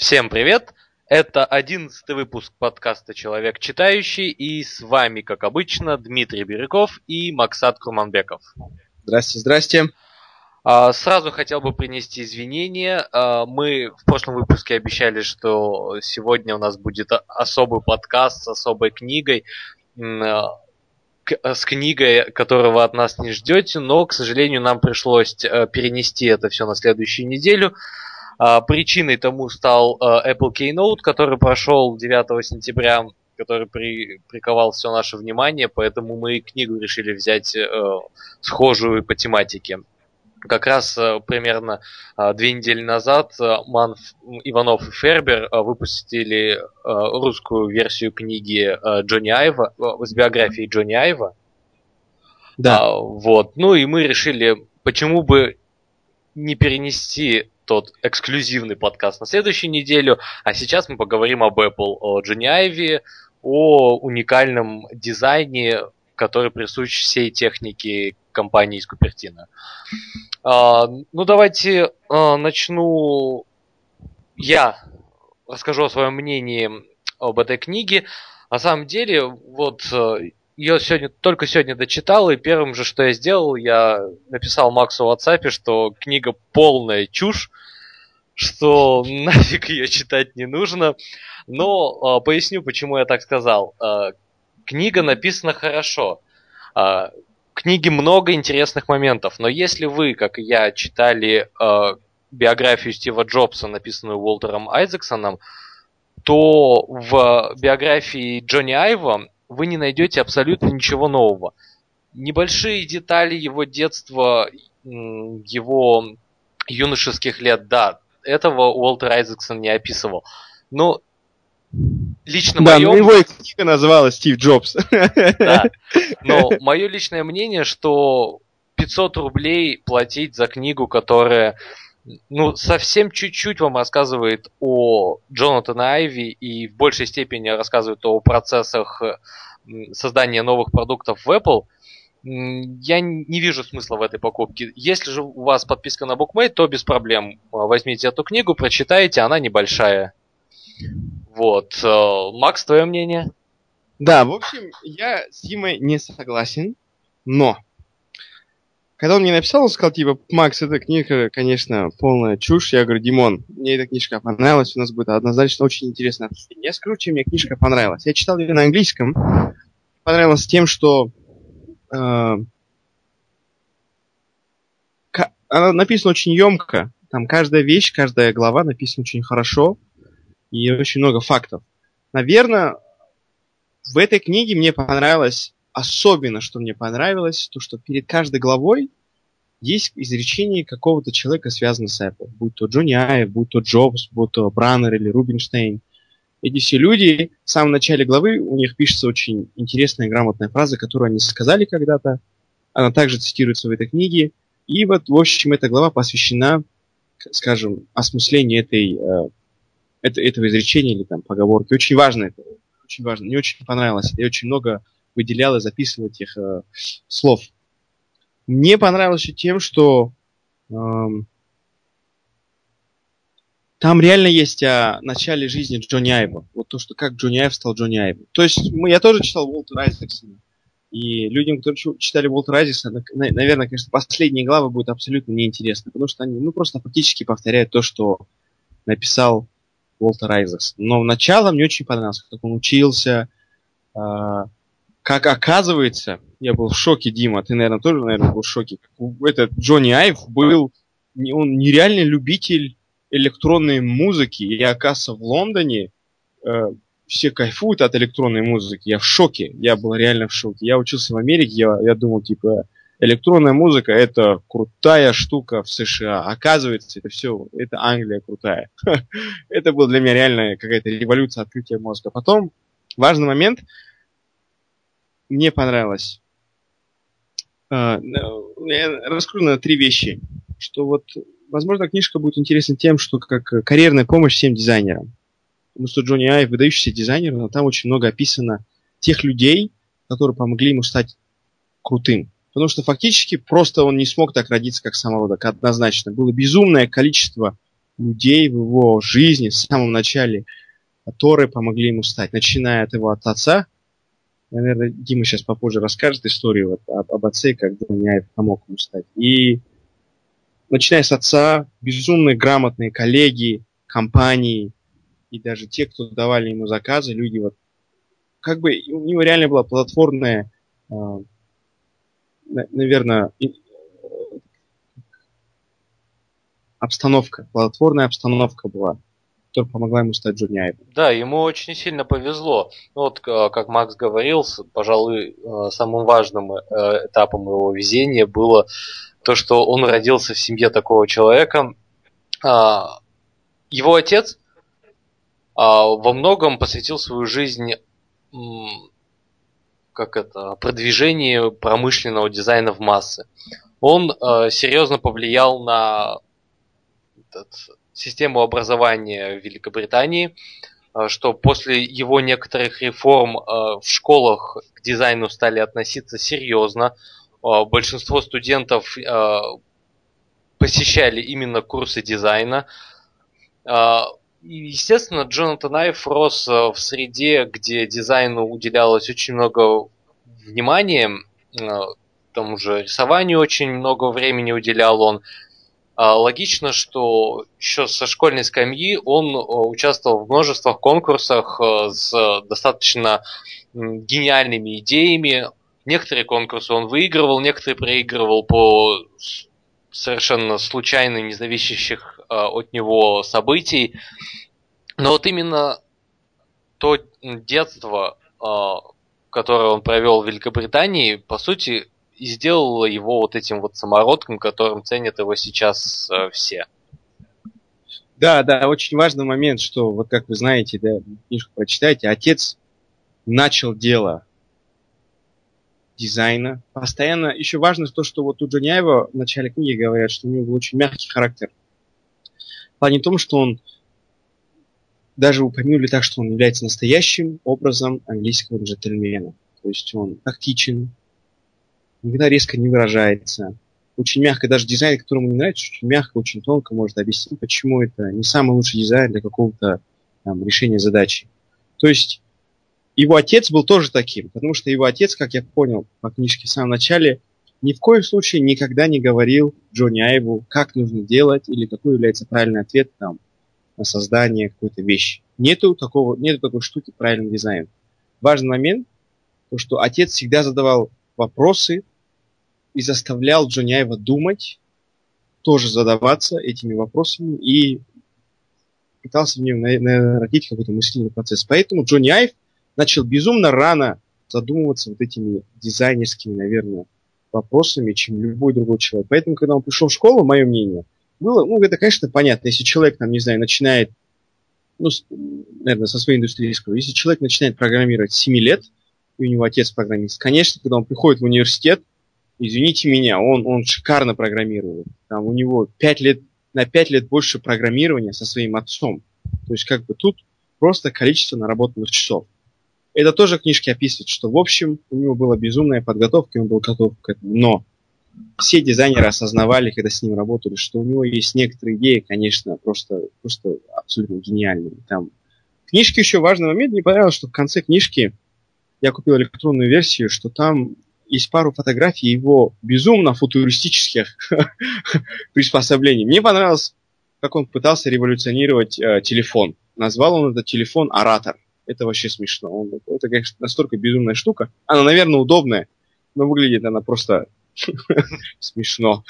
Всем привет! Это 11-й выпуск подкаста «Человек читающий», и с вами, как обычно, Дмитрий Бирюков и Максат Курманбеков. Здрасте, здрасте. Сразу хотел бы принести извинения. Мы в прошлом выпуске обещали, что сегодня у нас будет особый подкаст с особой книгой, с книгой, которую вы от нас не ждете, но, к сожалению, нам пришлось перенести это все на следующую неделю. Причиной тому стал Apple Keynote, который прошел 9 сентября, который приковал все наше внимание, поэтому мы книгу решили взять схожую по тематике. Как раз примерно 2 недели назад Манф, Иванов и Фербер выпустили русскую версию книги Джонни Айва, с биографией Джонни Айва. Да. Вот. Ну и мы решили, почему бы не перенести тот эксклюзивный подкаст на следующую неделю, а сейчас мы поговорим об Apple, о Джонни Айве, о уникальном дизайне, который присущ всей технике компании из Купертино. Ну, давайте начну. Я расскажу о своем мнении об этой книге. На самом деле, вот ее только сегодня дочитал, и первым же, что я сделал, я написал Максу в WhatsApp, что книга полная чушь, что нафиг ее читать не нужно. Но поясню, почему я так сказал. Книга написана хорошо. В книге много интересных моментов, но если вы, как и я, читали биографию Стива Джобса, написанную Уолтером Айзексоном, то в биографии Джонни Айва вы не найдете абсолютно ничего нового. Небольшие детали его детства, его юношеских лет, да, этого Уолтер Айзексон не описывал. Но лично мое... Да, его книга называлась «Стив Джобс». Да, но мое личное мнение, что 500 рублей платить за книгу, которая совсем чуть-чуть вам рассказывает о Джонатане Айви и в большей степени рассказывает о процессах создания новых продуктов в Apple, я не вижу смысла в этой покупке. Если же у вас подписка на BookMate, то без проблем возьмите эту книгу, прочитайте, она небольшая. Вот. Макс, твое мнение? Да, в общем, я с Димой не согласен, но когда он мне написал, он сказал, типа, Макс, эта книга, конечно, полная чушь. Я говорю, Димон, мне эта книжка понравилась, у нас будет однозначно очень интересное обсуждение. Я скажу, чем мне книжка понравилась. Я читал ее на английском. Понравилось тем, что она написана очень емко. Там каждая вещь, каждая глава написана очень хорошо. И очень много фактов. Наверное, в этой книге мне понравилось, особенно, что мне понравилось, то, что перед каждой главой есть изречение какого-то человека, связанного с Apple. Будь то Джонни Айв, будь то Джобс, будь то Браннер или Рубинштейн. Эти все люди, в самом начале главы у них пишется очень интересная, грамотная фраза, которую они сказали когда-то. Она также цитируется в этой книге. И вот, в общем, эта глава посвящена, скажем, осмыслению этого изречения или там поговорки. Очень важно это. Очень важно. Мне очень понравилось. Я очень много выделял и записывал этих слов. Мне понравилось еще тем, что там реально есть о начале жизни Джонни Айва. Вот то, что как Джонни Айв стал Джонни Айвом. То есть я тоже читал Уолтера Айзексона. И людям, которые читали Уолтера Айзексона, наверное, конечно, последние главы будут абсолютно неинтересны. Потому что они просто фактически повторяют то, что написал Уолтер Айзексон. Но начало мне очень понравилось, как он учился, как оказывается, я был в шоке, Дима, ты, наверное, тоже, был в шоке. Этот Джонни Айв был, он нереальный любитель электронной музыки, и, оказывается, в Лондоне все кайфуют от электронной музыки. Я в шоке, я был реально в шоке. Я учился в Америке, я думал, типа, электронная музыка — это крутая штука в США. Оказывается, это Англия крутая. Это была для меня реально какая-то революция, открытия мозга. Потом, важный момент, мне понравилось. Я раскрою на 3 вещи. Что вот, возможно, книжка будет интересна тем, что как карьерная помощь всем дизайнерам. Потому что Джонни Айв выдающийся дизайнер, но там очень много описано тех людей, которые помогли ему стать крутым. Потому что фактически просто он не смог так родиться, как самородок, однозначно. Было безумное количество людей в его жизни в самом начале, которые помогли ему стать. Начиная от его отца. Наверное, Дима сейчас попозже расскажет историю вот об отце, как Джони помог ему стать. И начиная с отца, безумно грамотные коллеги, компании и даже те, кто давали ему заказы, люди вот как бы у него реально была плодотворная, наверное, плодотворная обстановка была, которая помогла ему стать Джуниаевым. Да, ему очень сильно повезло. Вот, как Макс говорил, пожалуй, самым важным этапом его везения было то, что он родился в семье такого человека. Его отец во многом посвятил свою жизнь продвижению промышленного дизайна в массы. Он серьезно повлиял на систему образования в Великобритании, что после его некоторых реформ в школах к дизайну стали относиться серьезно. Большинство студентов посещали именно курсы дизайна. Естественно, Джонатан Айв рос в среде, где дизайну уделялось очень много внимания, тому же рисованию очень много времени уделял он. Логично, что еще со школьной скамьи он участвовал в множествах конкурсах с достаточно гениальными идеями. Некоторые конкурсы он выигрывал, некоторые проигрывал по совершенно случайно независящих от него событий. Но вот именно то детство, которое он провел в Великобритании, по сути, и сделало его вот этим вот самородком, которым ценят его сейчас все. Да, очень важный момент, что, вот как вы знаете, да, книжку прочитайте, отец начал дело дизайна. Постоянно, еще важно то, что вот у Джониаева в начале книги говорят, что у него был очень мягкий характер. В плане том, что он даже упомянули так, что он является настоящим образом английского джентльмена. То есть он тактичен, никогда резко не выражается. Очень мягко, даже дизайн, которому не нравится, очень мягко, очень тонко может объяснить, почему это не самый лучший дизайн для какого-то там решения задачи. То есть его отец был тоже таким, потому что его отец, как я понял по книжке в самом начале, ни в коем случае никогда не говорил Джонни Айву, как нужно делать или какой является правильный ответ там, на создание какой-то вещи. Нету такой штуки правильный дизайн. Важный момент, то, что отец всегда задавал вопросы и заставлял Джонни Айва думать, тоже задаваться этими вопросами и пытался в нем родить какой-то мысленный процесс. Поэтому Джонни Айв начал безумно рано задумываться вот этими дизайнерскими, наверное, вопросами, чем любой другой человек. Поэтому, когда он пришел в школу, мое мнение, было, это, конечно, понятно. Если человек, там, не знаю, начинает, наверное, со своей индустрии скажу, если человек начинает программировать с 7 лет, и у него отец программист, конечно, когда он приходит в университет, извините меня, он шикарно программирует. Там у него 5 лет, на 5 лет больше программирования со своим отцом. То есть, как бы тут просто количество наработанных часов. Это тоже в книжке описывает, что, в общем, у него была безумная подготовка, и он был готов к этому. Но все дизайнеры осознавали, когда с ним работали, что у него есть некоторые идеи, конечно, просто абсолютно гениальные. Там в книжке еще важный момент, мне понравилось, что в конце книжки я купил электронную версию, что там есть пару фотографий его безумно футуристических приспособлений. Мне понравилось, как он пытался революционировать телефон. Назвал он этот телефон «Оратор». Это вообще смешно. Это, конечно, настолько безумная штука. Она, наверное, удобная, но выглядит она просто смешно.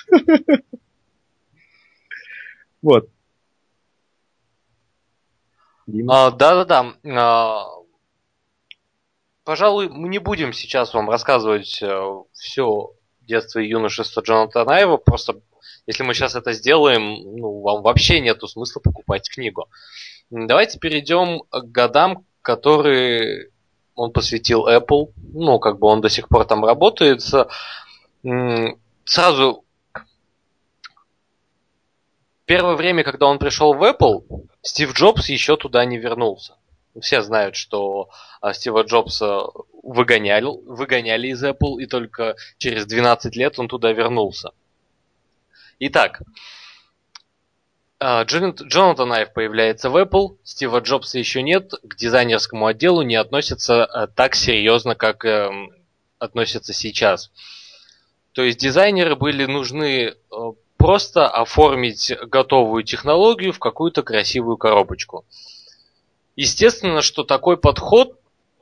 Вот. Да. Пожалуй, мы не будем сейчас вам рассказывать все детство и юношество Джонатана Айва. Просто если мы сейчас это сделаем, вам вообще нету смысла покупать книгу. Давайте перейдем к годам, которые он посвятил Apple. Он до сих пор там работает. Сразу первое время, когда он пришел в Apple, Стив Джобс еще туда не вернулся. Все знают, что Стива Джобса выгоняли из Apple, и только через 12 лет он туда вернулся. Итак, Джонатан Айв появляется в Apple, Стива Джобса еще нет, к дизайнерскому отделу не относятся так серьезно, как относятся сейчас. То есть дизайнеры были нужны просто оформить готовую технологию в какую-то красивую коробочку. Естественно, что такой подход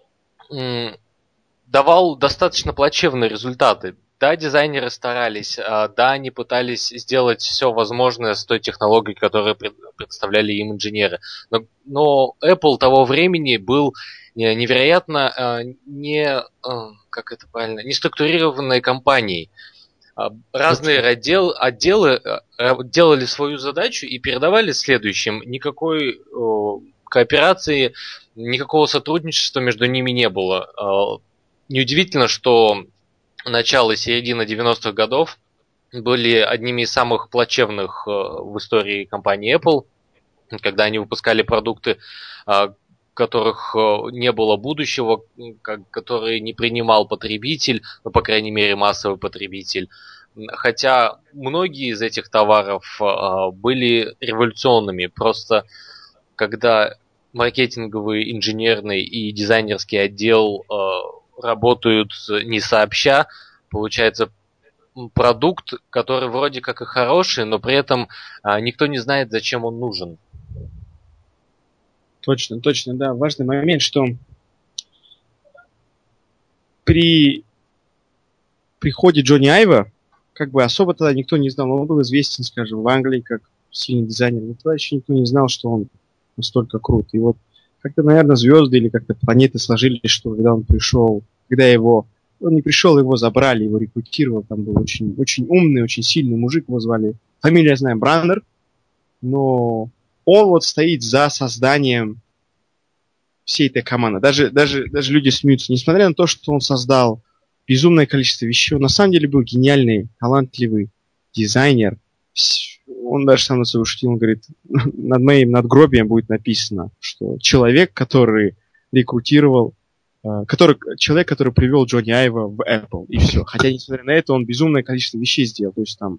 давал достаточно плачевные результаты. Да, дизайнеры старались, да, они пытались сделать все возможное с той технологией, которую представляли им инженеры. Но Apple того времени был невероятно как это правильно, неструктурированной компанией. Разные отделы делали свою задачу и передавали следующим. Никакой кооперации, никакого сотрудничества между ними не было. Неудивительно, что начало и середина 90-х годов были одними из самых плачевных в истории компании Apple, когда они выпускали продукты, которых не было будущего, которые не принимал потребитель, ну, по крайней мере, массовый потребитель. Хотя многие из этих товаров были революционными. Просто когда маркетинговый, инженерный и дизайнерский отдел работают не сообща, получается продукт, который вроде как и хороший, но при этом никто не знает, зачем он нужен. Точно, да. Важный момент, что при приходе Джонни Айва, как бы особо тогда никто не знал, он был известен, скажем, в Англии как сильный дизайнер, но тогда еще никто не знал, что он настолько крут. И вот как-то, наверное, звезды или как-то планеты сложились, что когда он пришел, он не пришел, его забрали, его рекрутировал, там был очень, очень умный, очень сильный мужик, его звали, фамилия, я знаю, Браннер, но он вот стоит за созданием всей этой команды. Даже люди смеются, несмотря на то, что он создал безумное количество вещей, он на самом деле был гениальный, талантливый дизайнер. Он даже сам на себя шутил, он говорит, над моим надгробием будет написано, что человек, который рекрутировал, человек, который привел Джонни Айва в Apple, и все. Хотя, несмотря на это, он безумное количество вещей сделал. То есть там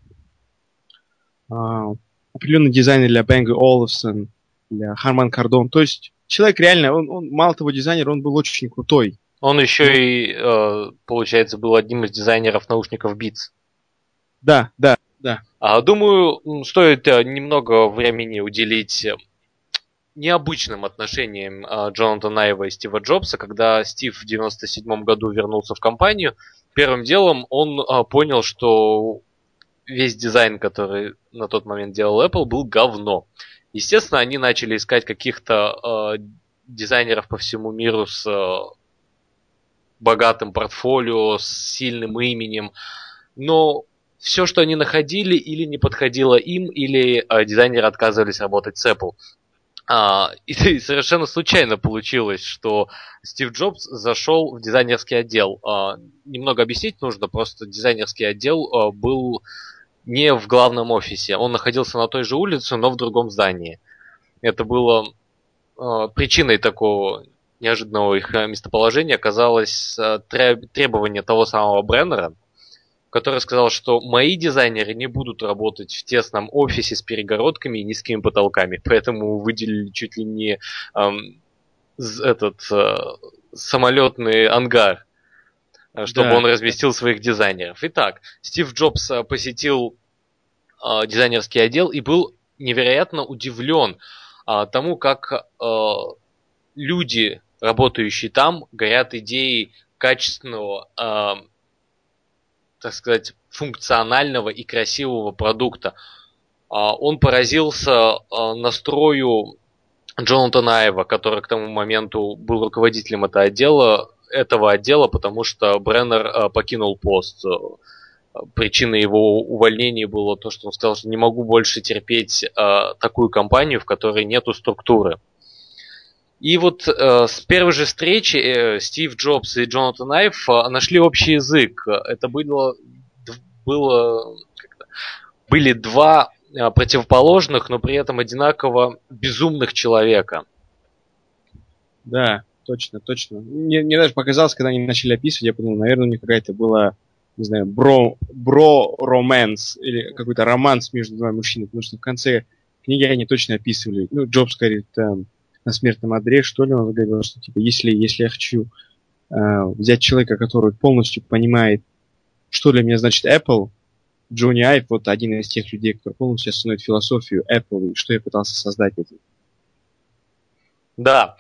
определенный дизайнер для Bang & Olufsen, для Harman Kardon. То есть человек реально, он мало того дизайнер, он был очень крутой. Он еще и, получается, был одним из дизайнеров наушников Beats. Да. Думаю, стоит немного времени уделить необычным отношениям Джонатана Айва и Стива Джобса. Когда Стив в 1997 году вернулся в компанию, первым делом он понял, что весь дизайн, который на тот момент делал Apple, был говно. Естественно, они начали искать каких-то дизайнеров по всему миру с богатым портфолио, с сильным именем, но все, что они находили, или не подходило им, или дизайнеры отказывались работать с Apple. И совершенно случайно получилось, что Стив Джобс зашел в дизайнерский отдел. Немного объяснить нужно, просто дизайнерский отдел был не в главном офисе. Он находился на той же улице, но в другом здании. Это было причиной такого неожиданного их местоположения оказалось требование того самого Бреннера, который сказал, что мои дизайнеры не будут работать в тесном офисе с перегородками и низкими потолками, поэтому выделили чуть ли не самолетный ангар, чтобы он разместил своих дизайнеров. Итак, Стив Джобс посетил дизайнерский отдел и был невероятно удивлен тому, как люди, работающие там, горят идеей качественного, так сказать, функционального и красивого продукта. Он поразился настрою Джонатана Айва, который к тому моменту был руководителем этого отдела, потому что Бреннер покинул пост. Причиной его увольнения было то, что он сказал, что не могу больше терпеть такую компанию, в которой нету структуры. И вот с первой же встречи Стив Джобс и Джонатан Айв нашли общий язык. Это были два противоположных, но при этом одинаково безумных человека. Да, точно. Мне даже показалось, когда они начали описывать, я подумал, наверное, у них какая-то была, не знаю, бро-романс или какой-то романс между двумя мужчинами, потому что в конце книге они точно описывали. Ну, Джобс говорит, на смертном одре, что ли, он говорил, что типа, если я хочу взять человека, который полностью понимает, что для меня значит Apple, Джонни Айв, вот один из тех людей, который полностью осознает философию Apple и что я пытался создать этим. Да.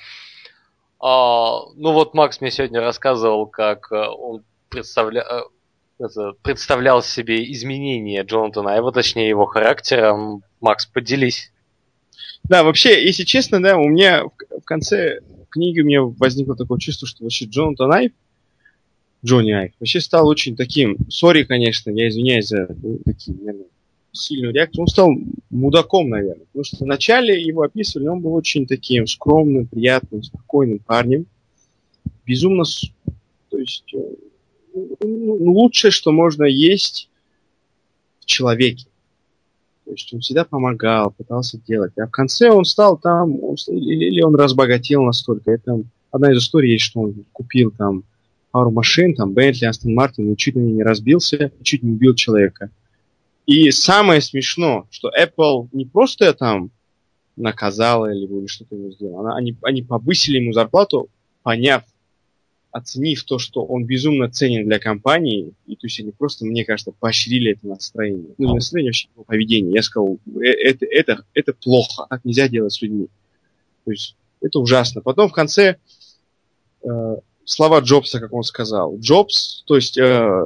Ну вот Макс мне сегодня рассказывал, как он представлял себе изменения Джонатана Айва, точнее его характера. Макс, поделись. Да, вообще, если честно, да, у меня в конце книги у меня возникло такое чувство, что вообще Джонни Айв, вообще стал очень таким, сори, конечно, я извиняюсь за такие, наверное, сильную реакцию, он стал мудаком, наверное, потому что вначале его описывали, он был очень таким скромным, приятным, спокойным парнем, безумно, то есть, лучшее, что можно есть в человеке. То есть он всегда помогал, пытался делать. А в конце он стал там, или он разбогател настолько. Это одна из историй есть, что он купил там пару машин, там Бентли, Астон Мартин, и чуть ли не разбился, чуть не убил человека. И самое смешно, что Apple не просто там наказала или что-то ему сделала, они повысили ему зарплату, оценив то, что он безумно ценен для компании, и то есть они просто, мне кажется, поощрили это настроение. Ну, не настроение, вообще его поведение. Я сказал, это плохо, так нельзя делать с людьми. То есть это ужасно. Потом в конце слова Джобса, как он сказал. Джобс, то есть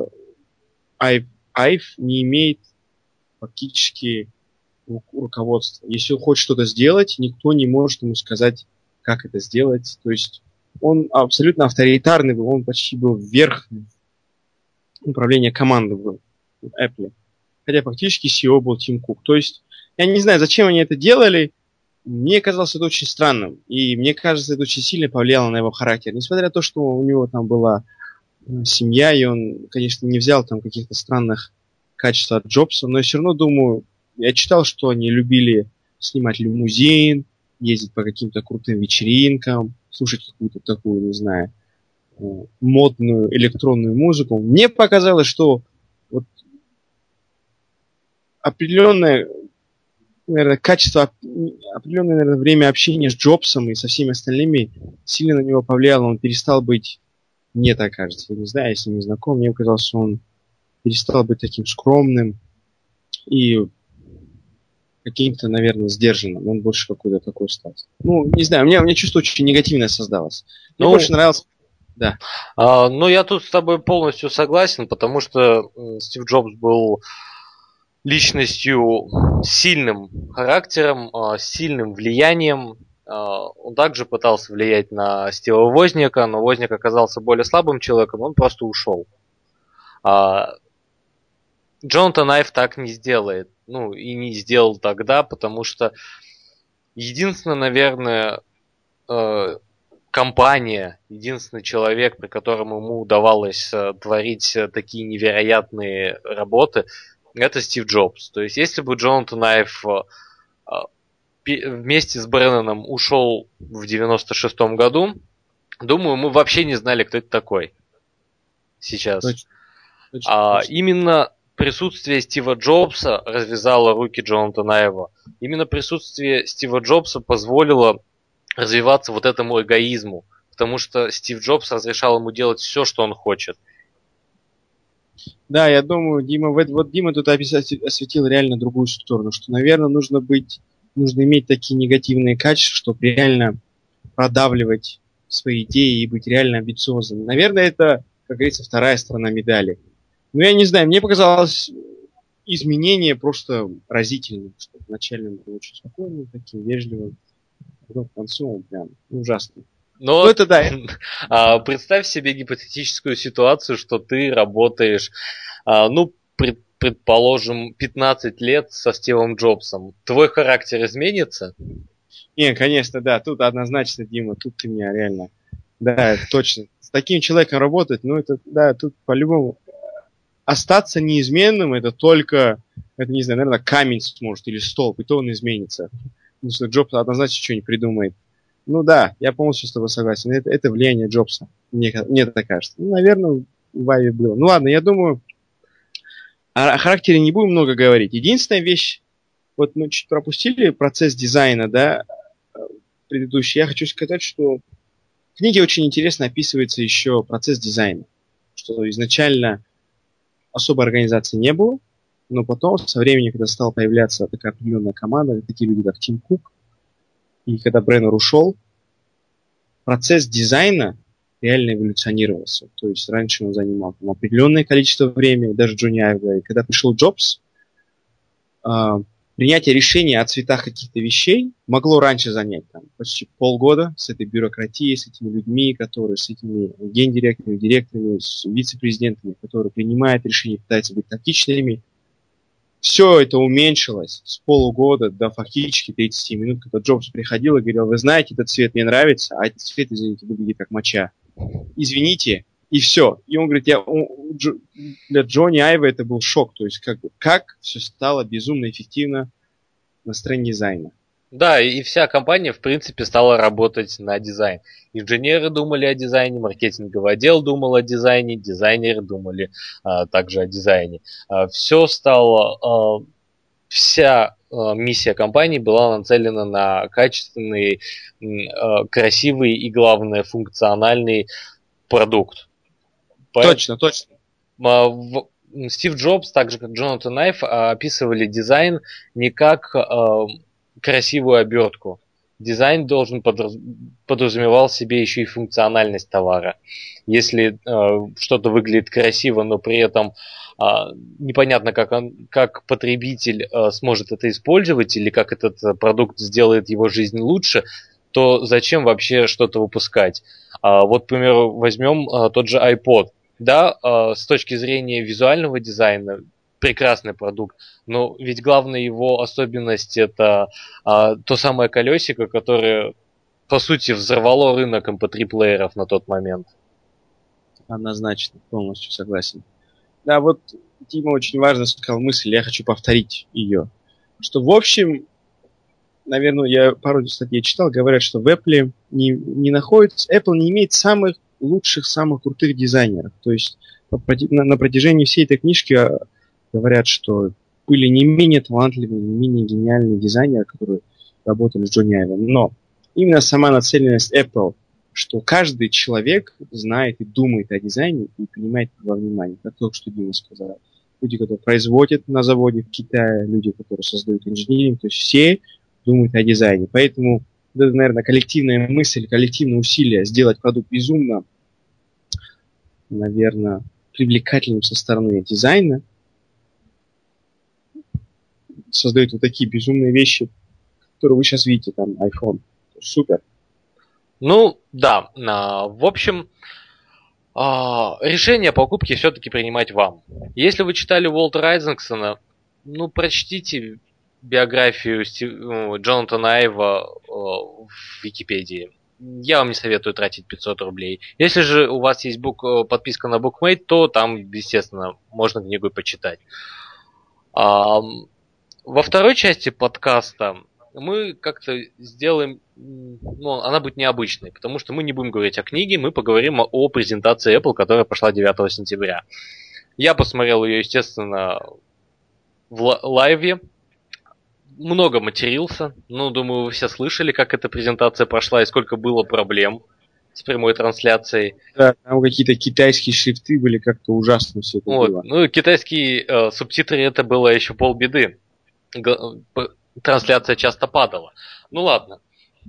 Айв не имеет фактически руководства. Если он хочет что-то сделать, никто не может ему сказать, как это сделать. То есть он абсолютно авторитарный был, он почти был вверх управления команды был в Apple. Хотя фактически CEO был Тим Кук. То есть я не знаю, зачем они это делали. Мне казалось это очень странным. И мне кажется, это очень сильно повлияло на его характер. Несмотря на то, что у него там была семья, и он, конечно, не взял там каких-то странных качеств от Джобса, но я все равно думаю, я читал, что они любили снимать лимузин, ездить по каким-то крутым вечеринкам, слушать какую-то такую, не знаю, модную электронную музыку. Мне показалось, что вот определенное, наверное, качество, определенное, наверное, время общения с Джобсом и со всеми остальными сильно на него повлияло. Он перестал быть, мне так кажется, я не знаю, если не знаком, мне казалось, что он перестал быть таким скромным и каким-то, наверное, сдержанным. Он больше какой-то такой стал. Ну, не знаю, у меня чувство очень негативное создалось. Мне больше нравился. Да. Ну, я тут с тобой полностью согласен, потому что Стив Джобс был личностью с сильным характером, с сильным влиянием. Он также пытался влиять на Стива Возника, но Возник оказался более слабым человеком, он просто ушел. Джонатан Айв так не сделает. Ну, и не сделал тогда, потому что единственное, наверное, компания, единственный человек, при котором ему удавалось творить такие невероятные работы, это Стив Джобс. То есть, если бы Джонатан Айв вместе с Бренноном ушел в 96-м году, думаю, мы вообще не знали, кто это такой сейчас. Точно. Именно присутствие Стива Джобса развязало руки Джонатана Айва. Именно присутствие Стива Джобса позволило развиваться вот этому эгоизму, потому что Стив Джобс разрешал ему делать все, что он хочет. Да, я думаю, Дима тут осветил реально другую сторону, что, наверное, нужно иметь такие негативные качества, чтобы реально продавливать свои идеи и быть реально амбициозным. Наверное, это, как говорится, вторая сторона медали. Ну, я не знаю, мне показалось изменение просто разительным, что вначале он был очень спокойным, таким вежливым, а потом к концу он прям ужасный. Но это да. Представь себе гипотетическую ситуацию, что ты работаешь, предположим, 15 лет со Стивом Джобсом. Твой характер изменится? Не, конечно, да. Тут однозначно, Дима, тут ты меня реально... Да, это точно. С таким человеком работать, это, да, тут по-любому... Остаться неизменным, это только, это не знаю, наверное, камень сможет или столб, и то он изменится. Потому что Джобс однозначно что-нибудь придумает. Ну да, я полностью с тобой согласен. Это влияние Джобса. Мне так кажется. Ну, наверное, в Айве было. Ну ладно, я думаю, о характере не будем много говорить. Единственная вещь, Вот мы чуть пропустили процесс дизайна, да, предыдущий. Я хочу сказать, что в книге очень интересно описывается еще процесс дизайна. Что изначально особой организации не было, но потом, со временем, когда стала появляться такая определенная команда, такие люди, как Тим Кук, и когда Бреннер ушел, процесс дизайна реально эволюционировался. То есть раньше он занимал там определенное количество времени, даже Джонни Айва. И когда пришел Джобс, принятие решения о цветах каких-то вещей могло раньше занять там, почти полгода с этой бюрократией, с этими людьми, которые, с этими гендиректорами, директорами, с вице-президентами, которые принимают решения, пытаются быть тактичными. Все это уменьшилось с полугода до фактически 30 минут, когда Джобс приходил и говорил: вы знаете, этот цвет мне нравится, а этот цвет, извините, выглядит как моча. Извините, и все. И он говорит, для Джонни Айва это был шок. То есть как все стало безумно эффективно на стороне дизайна. Да, и вся компания, в принципе, стала работать на дизайн. Инженеры думали о дизайне, маркетинговый отдел думал о дизайне, дизайнеры думали также о дизайне. Все стало, вся миссия компании была нацелена на качественный, красивый и, главное, функциональный продукт. Точно. Стив Джобс, так же как Джонатан Айв, описывали дизайн не как красивую обертку. Дизайн должен подразумевал в себе еще и функциональность товара. Если что-то выглядит красиво, но при этом непонятно, как потребитель сможет это использовать или как этот продукт сделает его жизнь лучше, то зачем вообще что-то выпускать? Вот, к примеру, возьмем тот же iPod. Да, с точки зрения визуального дизайна прекрасный продукт, но ведь главная его особенность это то самое колесико, которое по сути взорвало рынок MP3-плееров на тот момент. Однозначно, полностью согласен. Да, вот Тима очень важно сказал мысль, я хочу повторить ее. Что в общем, наверное, я пару статей читал, говорят, что в Apple не находится, Apple не имеет самых лучших, самых крутых дизайнеров. То есть на протяжении всей этой книжки говорят, что были не менее талантливые, не менее гениальные дизайнеры, которые работали с Джонни Айвом. Но именно сама нацеленность Apple, что каждый человек знает и думает о дизайне и принимает его во внимание, как только что Дима сказал. Люди, которые производят на заводе в Китае, люди, которые создают инженеринг, то есть все думают о дизайне. Поэтому это, наверное, коллективная мысль, коллективное усилие сделать продукт безумно, наверное, привлекательным со стороны дизайна, создают вот такие безумные вещи, которые вы сейчас видите, там, iPhone. Супер. Ну, да. В общем, решение о покупке все-таки принимать вам. Если вы читали Уолтера Айзексона, ну, прочтите биографию Джонатана Айва в Википедии. Я вам не советую тратить 500 рублей. Если же у вас есть подписка на BookMate, то там, естественно, можно книгу почитать. Во второй части подкаста мы как-то сделаем, ну, она будет необычной, потому что мы не будем говорить о книге, мы поговорим о презентации Apple, которая пошла 9 сентября. Я посмотрел ее, естественно, в лайве, много матерился, ну, думаю, вы все слышали, как эта презентация прошла и сколько было проблем с прямой трансляцией. Да, там какие-то китайские шрифты были, как-то ужасно все это было. Ну, китайские субтитры это было еще полбеды. Трансляция часто падала. Ну ладно.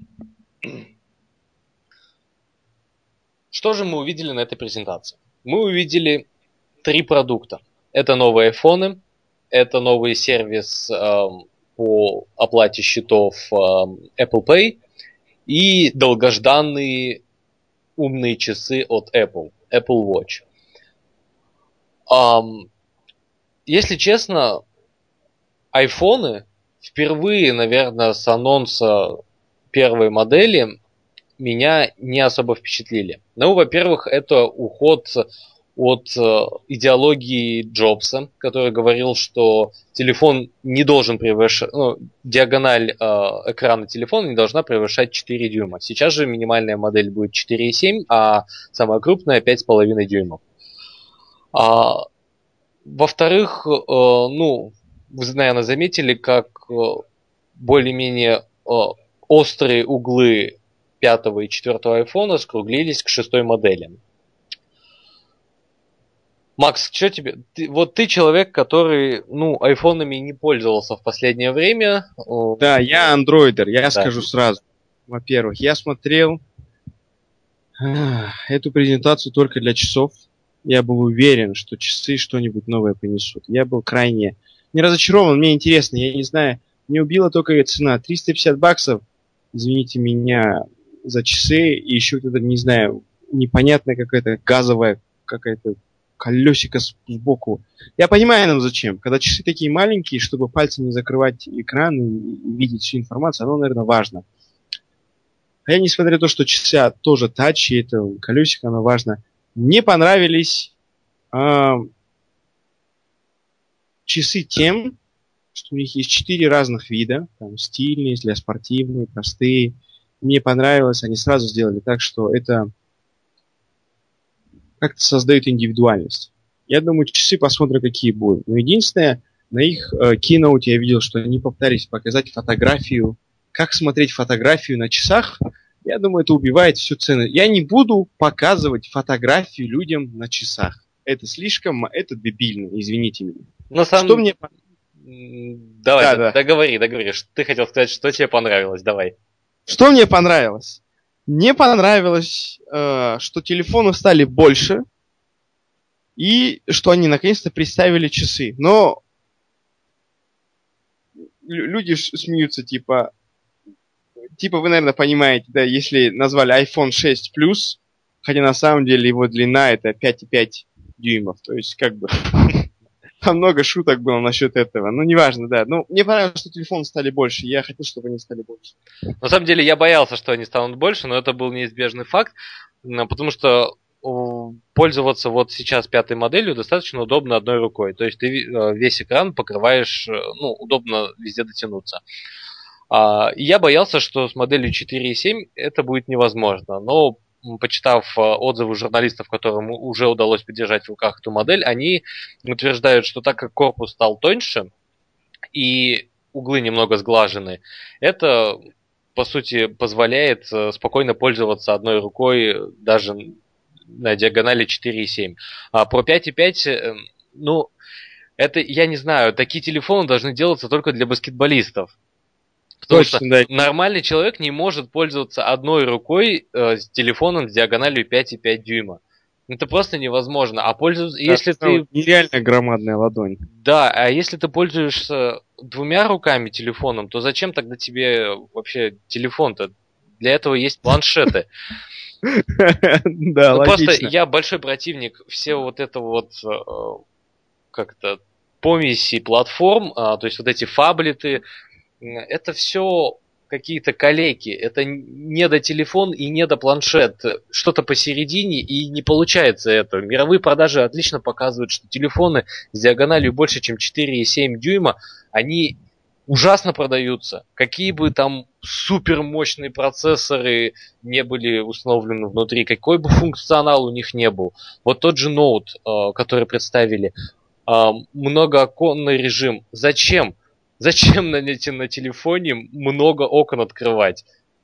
Что же мы увидели на этой презентации? Мы увидели 3 продукта. Это новые айфоны, это новый сервис по оплате счетов Apple Pay и долгожданные умные часы от Apple Watch. Если честно, айфоны впервые, наверное, с анонса первой модели меня не особо впечатлили. Ну, во-первых, это уход от идеологии Джобса, который говорил, что телефон не должен превышать, диагональ экрана телефона не должна превышать 4 дюйма. Сейчас же минимальная модель будет 4,7, а самая крупная 5,5 дюймов. Во-вторых, вы, наверное, заметили, как более-менее острые углы 5 и 4 айфона скруглились к 6 модели. Макс, что тебе? Ты человек, который, айфонами не пользовался в последнее время. Да, я андроидер, я Да. скажу сразу. Во-первых, я смотрел эту презентацию только для часов. Я был уверен, что часы что-нибудь новое принесут. Я был крайне не разочарован, мне интересно, я не знаю, не убила только цена. $350, извините меня, за часы, и еще кто-то, не знаю, непонятная какая-то газовая какая-то колесико сбоку. Я понимаю, нам зачем. Когда часы такие маленькие, чтобы пальцем не закрывать экран и видеть всю информацию, оно, наверное, важно. А я, несмотря на то, что часы тоже тач, и это колесико, оно важно, мне понравились часы тем, что у них есть 4 разных вида. Там стильные, для спортивные, простые. Мне понравилось, они сразу сделали так, что это как-то создает индивидуальность. Я думаю, часы посмотрим, какие будут. Но единственное, на их keynote я видел, что они попытались показать фотографию, как смотреть фотографию на часах. Я думаю, это убивает всю цену. Я не буду показывать фотографию людям на часах. Это слишком, это дебильно, извините меня. Что мне... Давай, договори. Ты хотел сказать, что тебе понравилось, давай. Что мне понравилось? Мне понравилось, что телефоны стали больше, и что они наконец-то представили часы. Но люди смеются, типа вы, наверное, понимаете, да, если назвали iPhone 6 Plus, хотя на самом деле его длина это 5,5 дюймов. То есть, как бы, там много шуток было насчет этого. Ну, неважно, да. Ну, мне понравилось, что телефоны стали больше. Я хотел, чтобы они стали больше. На самом деле, я боялся, что они станут больше, но это был неизбежный факт, потому что пользоваться вот сейчас 5 моделью достаточно удобно одной рукой. То есть ты весь экран покрываешь, удобно везде дотянуться. И я боялся, что с моделью 4.7 это будет невозможно. Но почитав отзывы журналистов, которым уже удалось подержать в руках эту модель, они утверждают, что так как корпус стал тоньше и углы немного сглажены, это, по сути, позволяет спокойно пользоваться одной рукой даже на диагонали 4.7. А про 5.5, это, я не знаю, такие телефоны должны делаться только для баскетболистов. Потому что нормальный человек не может пользоваться одной рукой с телефоном с диагональю 5,5 дюйма. Это просто невозможно. А пользоваться, если ты... Нереально громадная ладонь. Да, а если ты пользуешься двумя руками телефоном, то зачем тогда тебе вообще телефон-то? Для этого есть планшеты. Да, логично. Просто я большой противник всего вот этого вот как-то помеси платформ, то есть вот эти фаблеты. Это все какие-то калеки, это не до телефон и не до планшет, что-то посередине, и не получается это. Мировые продажи отлично показывают, что телефоны с диагональю больше, чем 4,7 дюйма, они ужасно продаются. Какие бы там супер мощные процессоры не были установлены внутри, какой бы функционал у них не был. Вот тот же Note, который представили, многооконный режим. Зачем? Зачем на телефоне много окон открывать?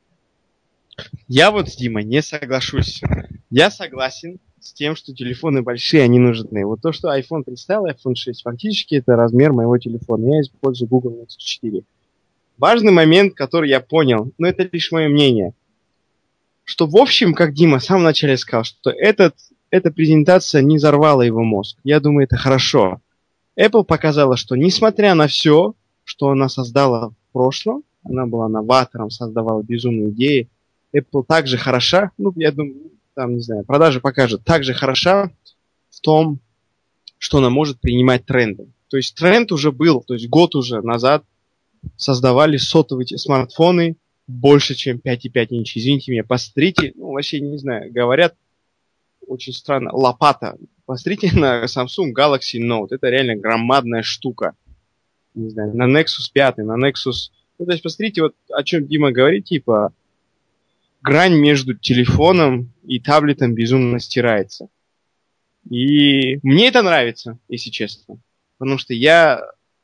Я вот с Димой не соглашусь. Я согласен с тем, что телефоны большие, они нужны. Вот то, что iPhone представил, iPhone 6, фактически это размер моего телефона. Я использую Google Nexus 4. Важный момент, который я понял, но это лишь мое мнение, что в общем, как Дима в самом начале сказал, что эта презентация не взорвала его мозг. Я думаю, это хорошо. Apple показала, что несмотря на все, что она создала в прошлом, она была новатором, создавала безумные идеи. Apple также хороша, я думаю, там, не знаю, продажи покажут, также хороша в том, что она может принимать тренды. То есть тренд уже был, то есть год уже назад создавали сотовые смартфоны больше, чем 5,5 инч. Извините меня, посмотрите, вообще не знаю, говорят очень странно, лопата. Посмотрите на Samsung Galaxy Note, это реально громадная штука. Не знаю, на Nexus 5, на Nexus... то есть, посмотрите, вот о чем Дима говорит, типа, грань между телефоном и таблетом безумно стирается. И мне это нравится, если честно. Потому что я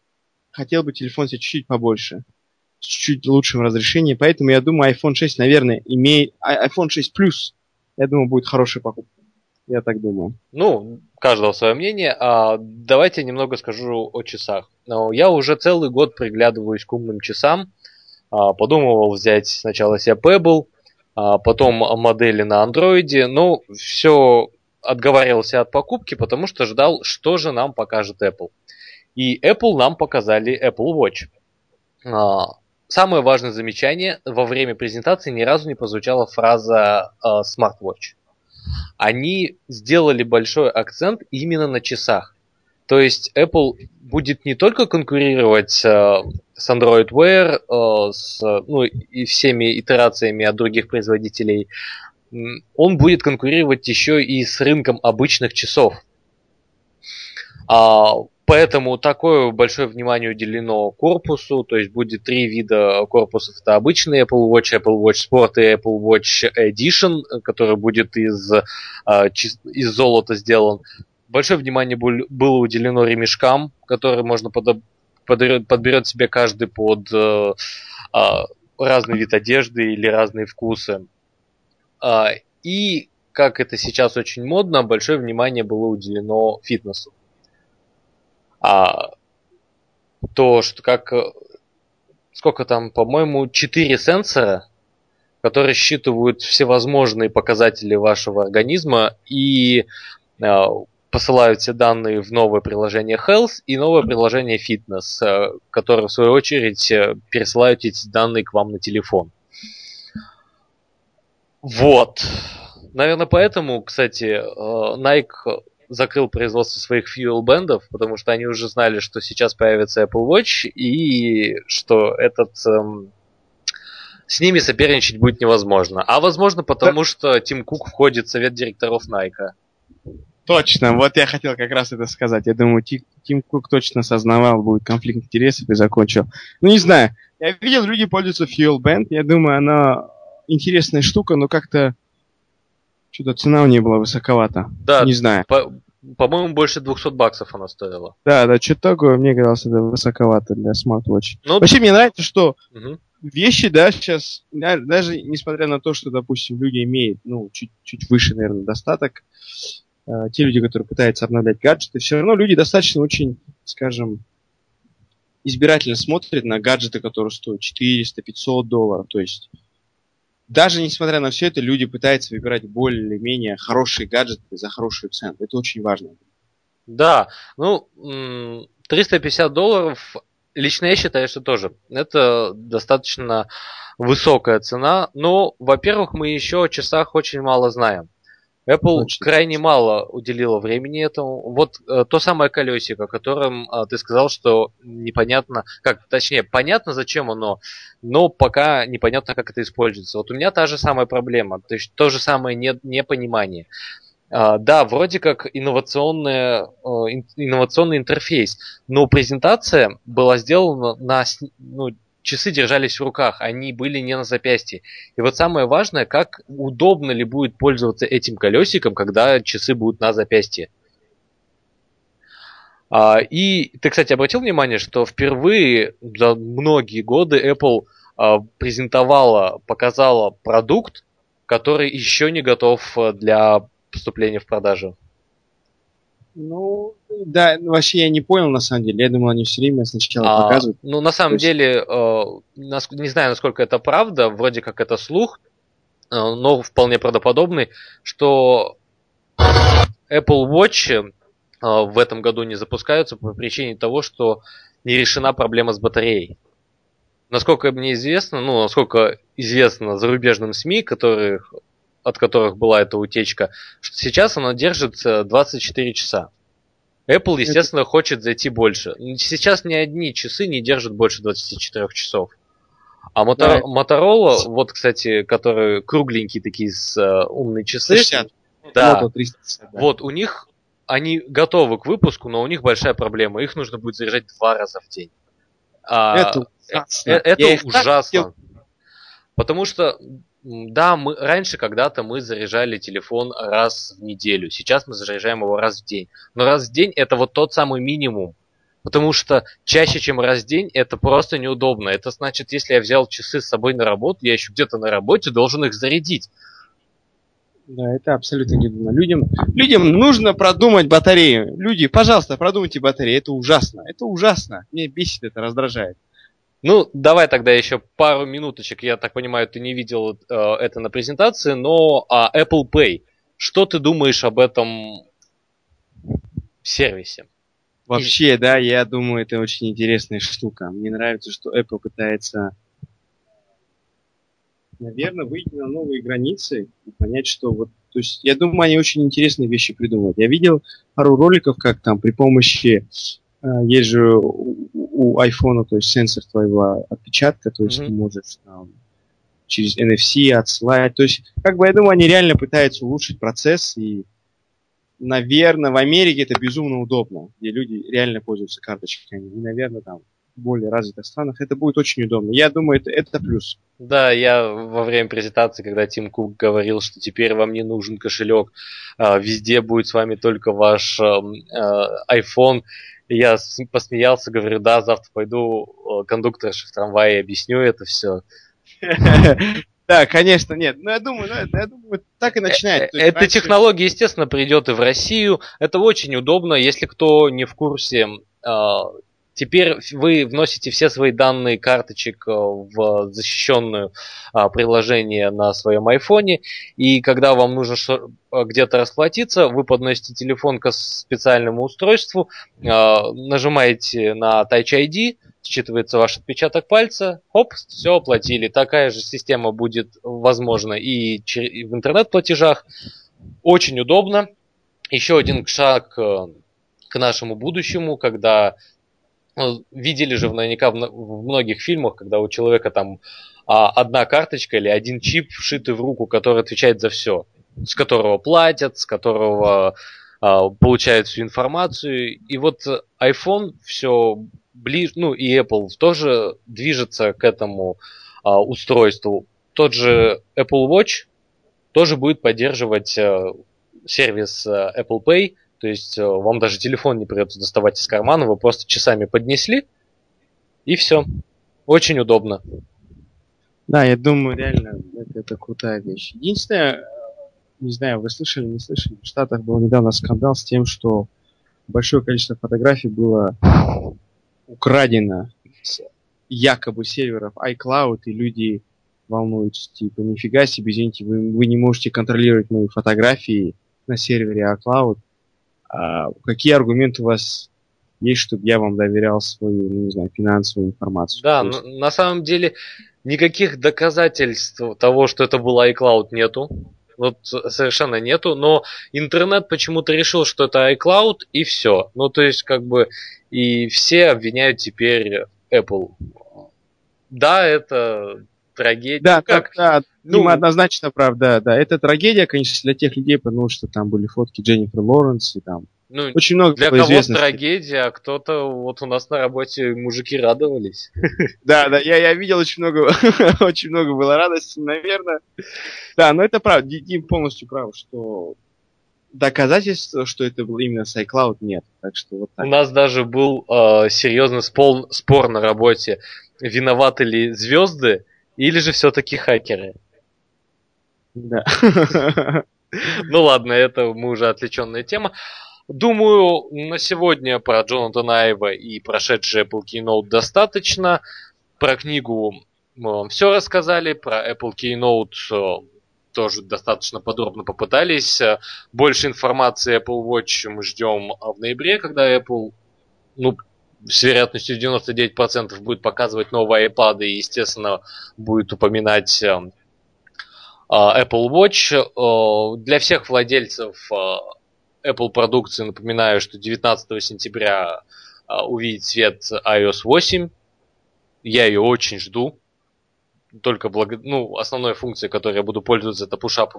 хотел бы телефон себе чуть-чуть побольше, с чуть-чуть лучшим разрешением, поэтому я думаю, iPhone 6, наверное, iPhone 6 Plus, я думаю, будет хорошей покупкой. Я так думаю. Ну, у каждого свое мнение. Давайте немного скажу о часах. Я уже целый год приглядываюсь к умным часам. Подумывал взять сначала себе Pebble, потом модели на андроиде. Но все отговаривался от покупки, потому что ждал, что же нам покажет Apple. И Apple нам показали Apple Watch. Самое важное замечание: во время презентации ни разу не прозвучала фраза Smartwatch. Они сделали большой акцент именно на часах. То есть Apple будет не только конкурировать с Android Wear, и всеми итерациями от других производителей, он будет конкурировать еще и с рынком обычных часов. Поэтому такое большое внимание уделено корпусу, то есть будет 3 вида корпусов. Это обычный Apple Watch Sport и Apple Watch Edition, который будет из золота сделан. Большое внимание было уделено ремешкам, которые можно подберет себе каждый под разный вид одежды или разные вкусы. И, как это сейчас очень модно, большое внимание было уделено фитнесу. То, что сколько там, по-моему, 4 сенсора, которые считывают всевозможные показатели вашего организма и посылают все данные в новое приложение Health и новое приложение Fitness, которое, в свою очередь, пересылают эти данные к вам на телефон. Вот. Наверное, поэтому, кстати, Nike закрыл производство своих fuel-бендов, потому что они уже знали, что сейчас появится Apple Watch, и что с ними соперничать будет невозможно. А возможно, потому что Тим Кук входит в совет директоров Nike. Точно, вот я хотел как раз это сказать. Я думаю, Тим Кук точно осознавал, будет конфликт интересов и закончил. Ну, не знаю, я видел, люди пользуются Fuel Band, я думаю, она интересная штука, но как-то что-то цена у нее была высоковата. Да, не знаю. По-моему, больше $200 она стоила. Да, что-то такое, мне казалось, это высоковато для смарт-вотч. Вообще, мне нравится, что вещи, да, сейчас, даже несмотря на то, что, допустим, люди имеют, чуть выше, наверное, достаток, те люди, которые пытаются обновлять гаджеты, все равно люди достаточно очень, скажем, избирательно смотрят на гаджеты, которые стоят $400-500. То есть даже несмотря на все это, люди пытаются выбирать более-менее хорошие гаджеты за хорошую цену. Это очень важно. Да, $350, лично я считаю, что тоже. Это достаточно высокая цена. Но, во-первых, мы еще о часах очень мало знаем. Apple крайне мало уделила времени этому. Вот то самое колесико, о котором ты сказал, что непонятно, понятно, зачем оно, но пока непонятно, как это используется. Вот у меня та же самая проблема, то есть то же самое непонимание. Да, вроде как инновационный интерфейс, но презентация была сделана часы держались в руках, они были не на запястье. И вот самое важное, как удобно ли будет пользоваться этим колесиком, когда часы будут на запястье. И ты, кстати, обратил внимание, что впервые за многие годы Apple показала продукт, который еще не готов для поступления в продажу. Да, вообще я не понял, на самом деле. Я думал, они все время сначала показывают. На самом деле, не знаю, насколько это правда, вроде как это слух, но вполне правдоподобный, что Apple Watch в этом году не запускаются по причине того, что не решена проблема с батареей. Насколько мне известно, насколько известно зарубежным СМИ, от которых была эта утечка, что сейчас она держит 24 часа. Apple, естественно, хочет зайти больше. Сейчас ни одни часы не держат больше 24 часов. А Motorola, вот, кстати, которые кругленькие такие умные часы. 360. Да. Moto 360, да. Вот, у них, они готовы к выпуску, но у них большая проблема. Их нужно будет заряжать 2 раза в день. Это ужасно. Потому что, да, раньше когда-то мы заряжали телефон раз в неделю. Сейчас мы заряжаем его раз в день. Но раз в день это вот тот самый минимум. Потому что чаще, чем раз в день, это просто неудобно. Это значит, если я взял часы с собой на работу, я еще где-то на работе должен их зарядить. Да, это абсолютно неудобно. Людям нужно продумать батарею. Люди, пожалуйста, продумайте батарею. Это ужасно. Это ужасно. Меня бесит, это раздражает. Ну, давай тогда еще пару минуточек. Я так понимаю, ты не видел это на презентации, но Apple Pay. Что ты думаешь об этом сервисе? Вообще, да, я думаю, это очень интересная штука. Мне нравится, что Apple пытается, наверное, выйти на новые границы и понять, что вот, то есть, я думаю, они очень интересные вещи придумывают. Я видел пару роликов, как там при помощи, есть же у iPhone, то есть сенсор твоего отпечатка, то есть ты можешь там, через NFC отсылать. То есть, как бы, я думаю, они реально пытаются улучшить процесс, и, наверное, в Америке это безумно удобно, где люди реально пользуются карточками. И, наверное, там в более развитых странах это будет очень удобно. Я думаю, это плюс. Да, я во время презентации, когда Тим Кук говорил, что теперь вам не нужен кошелек, везде будет с вами только ваш iPhone, я посмеялся, говорю, да, завтра пойду кондукторше в трамвае и объясню это все. Да, конечно, нет. Но я думаю, так и начинает. Эта технология, естественно, придет и в Россию. Это очень удобно, если кто не в курсе. Теперь вы вносите все свои данные карточек в защищенное приложение на своем айфоне, и когда вам нужно где-то расплатиться, вы подносите телефон к специальному устройству, нажимаете на Touch ID, считывается ваш отпечаток пальца, хоп, все оплатили. Такая же система будет возможна и в интернет-платежах. Очень удобно. Еще один шаг к нашему будущему, когда видели же наверняка в многих фильмах, когда у человека там одна карточка или один чип вшитый в руку, который отвечает за все, с которого платят, с которого получают всю информацию. И вот iPhone все ближе, ну и Apple тоже движется к этому устройству. Тот же Apple Watch тоже будет поддерживать сервис Apple Pay. То есть вам даже телефон не придется доставать из кармана, вы просто часами поднесли, и все. Очень удобно. Да, я думаю, реально, это крутая вещь. Единственное, не знаю, вы слышали, не слышали, в Штатах был недавно скандал с тем, что большое количество фотографий было украдено с якобы серверов iCloud, и люди волнуются, типа, нифига себе, извините, вы не можете контролировать мои фотографии на сервере iCloud. Какие аргументы у вас есть, чтобы я вам доверял свою, не знаю, финансовую информацию? Да, на самом деле никаких доказательств того, что это был iCloud, нету. Вот совершенно нету, но интернет почему-то решил, что это iCloud, и все. Ну, то есть, как бы, и все обвиняют теперь Apple. Да, это трагедия. Да, как? Да, Дима однозначно прав, да. Это трагедия, конечно, для тех людей, потому что там были фотки Дженнифер Лоуренс, и там очень много для кого-то трагедия, а кто-то вот у нас на работе мужики радовались. Да, я видел очень много, очень много было радости, наверное. Да, но это правда, Дим полностью прав, что доказательств, что это был именно с iCloud, нет. Так что вот так. У нас даже был серьезный спор на работе. Виноваты ли звезды или же все-таки хакеры? Да. Ну ладно, это мы уже отвлеченная тема. Думаю, на сегодня про Джонатана Айва и прошедший Apple Keynote достаточно. Про книгу мы вам все рассказали, про Apple Keynote тоже достаточно подробно попытались. Больше информации Apple Watch мы ждем в ноябре, когда Apple, с вероятностью 99% будет показывать новые iPad и, естественно, будет упоминать Apple Watch. Для всех владельцев Apple продукции напоминаю, что 19 сентября увидит свет iOS 8. Я ее очень жду. Только основной функцией, которой я буду пользоваться, это push-up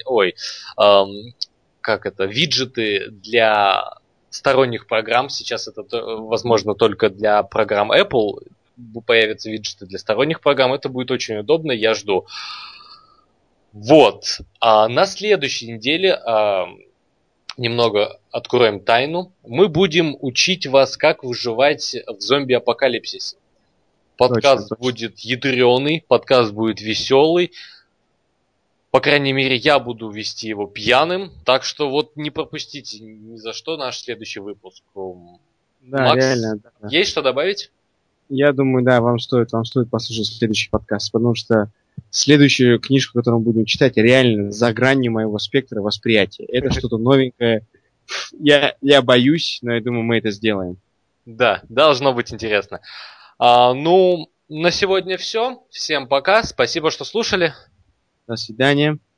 виджеты для сторонних программ. Сейчас это возможно только для программ Apple. Появятся виджеты для сторонних программ. Это будет очень удобно, я жду. Вот. На следующей неделе немного откроем тайну. Мы будем учить вас, как выживать в зомби-апокалипсисе. Подкаст Точно. будет ядреный, подкаст будет веселый. По крайней мере, я буду вести его пьяным. Так что вот не пропустите ни за что наш следующий выпуск. Да, Макс, реально. Да. есть что добавить? Я думаю, да, вам стоит послушать следующий подкаст, потому что следующую книжку, которую мы будем читать, реально за гранью моего спектра восприятия. Это что-то новенькое. Я боюсь, но я думаю, мы это сделаем. Да, должно быть интересно. Ну, на сегодня все. Всем пока. Спасибо, что слушали. До свидания.